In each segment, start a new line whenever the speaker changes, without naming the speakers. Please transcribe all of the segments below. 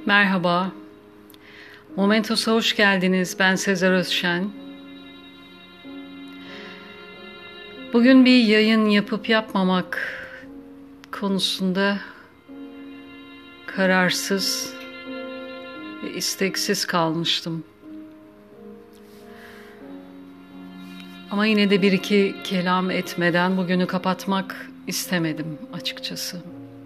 Merhaba, Momentos'a hoş geldiniz. Ben Sezer Özşen. Bugün bir yayın yapıp yapmamak konusunda kararsız ve isteksiz kalmıştım. Ama yine de bir iki kelam etmeden bugünü kapatmak istemedim açıkçası.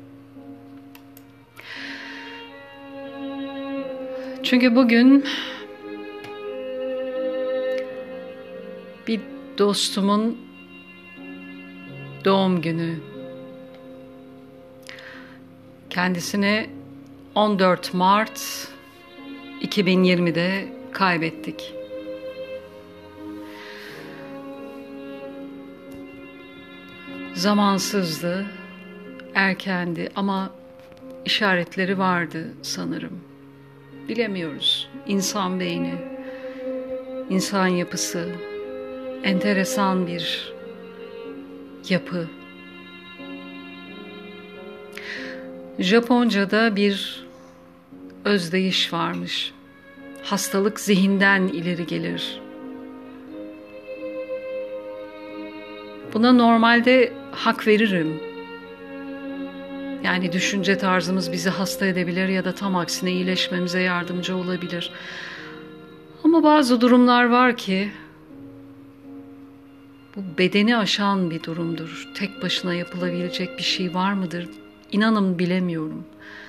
Çünkü bugün bir dostumun doğum günü. Kendisini 14 Mart 2020'de kaybettik. Zamansızdı, erkendi ama işaretleri vardı sanırım. Bilemiyoruz. İnsan beyni, insan yapısı, enteresan bir yapı. Japonca'da bir özdeyiş varmış. Hastalık zihinden ileri gelir. Buna normalde hak veririm. Yani düşünce tarzımız bizi hasta edebilir ya da tam aksine iyileşmemize yardımcı olabilir. Ama bazı durumlar var ki bu bedeni aşan bir durumdur. Tek başına yapılabilecek bir şey var mıdır? İnanın bilemiyorum.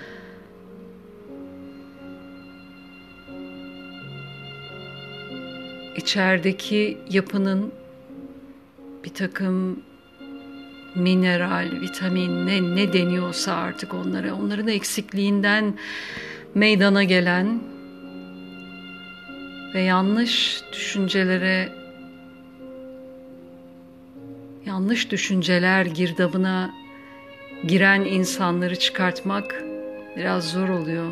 İçerideki yapının bir takım mineral, vitamin ne deniyorsa artık onların eksikliğinden meydana gelen ve yanlış düşünceler girdabına giren insanları çıkartmak biraz zor oluyor.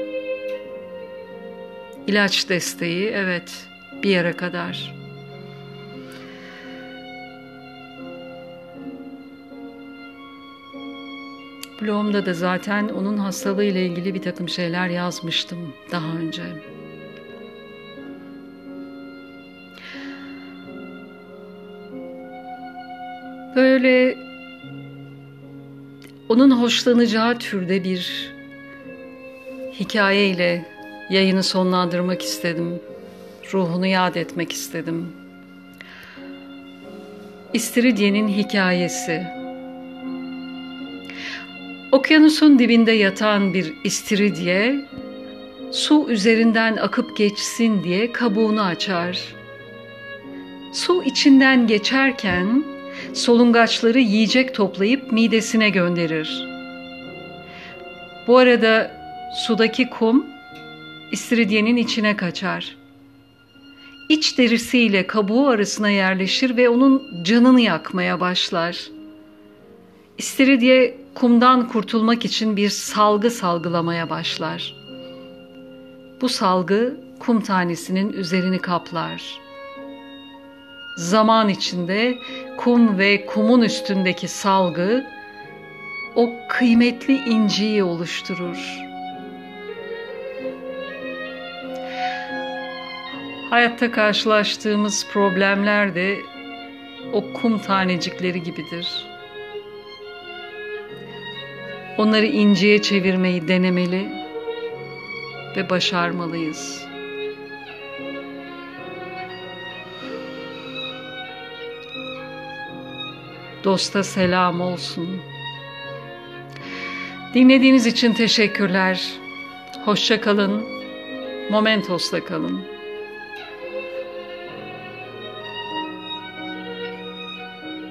İlaç desteği, evet, bir yere kadar. Blogumda da zaten onun hastalığıyla ilgili bir takım şeyler yazmıştım daha önce. Böyle onun hoşlanacağı türde bir hikayeyle yayını sonlandırmak istedim. Ruhunu yad etmek istedim. İstiridye'nin hikayesi. Okyanusun dibinde yatan bir istiridye, su üzerinden akıp geçsin diye kabuğunu açar. Su içinden geçerken solungaçları yiyecek toplayıp midesine gönderir. Bu arada sudaki kum istiridyenin içine kaçar. İç derisiyle kabuğu arasına yerleşir ve onun canını yakmaya başlar. İstiridye kumdan kurtulmak için bir salgı salgılamaya başlar. Bu salgı kum tanesinin üzerini kaplar. Zaman içinde kum ve kumun üstündeki salgı o kıymetli inciyi oluşturur. Hayatta karşılaştığımız problemler de o kum tanecikleri gibidir. Onları inciye çevirmeyi denemeli ve başarmalıyız. Dosta selam olsun. Dinlediğiniz için teşekkürler. Hoşça kalın. Momentos'la kalın.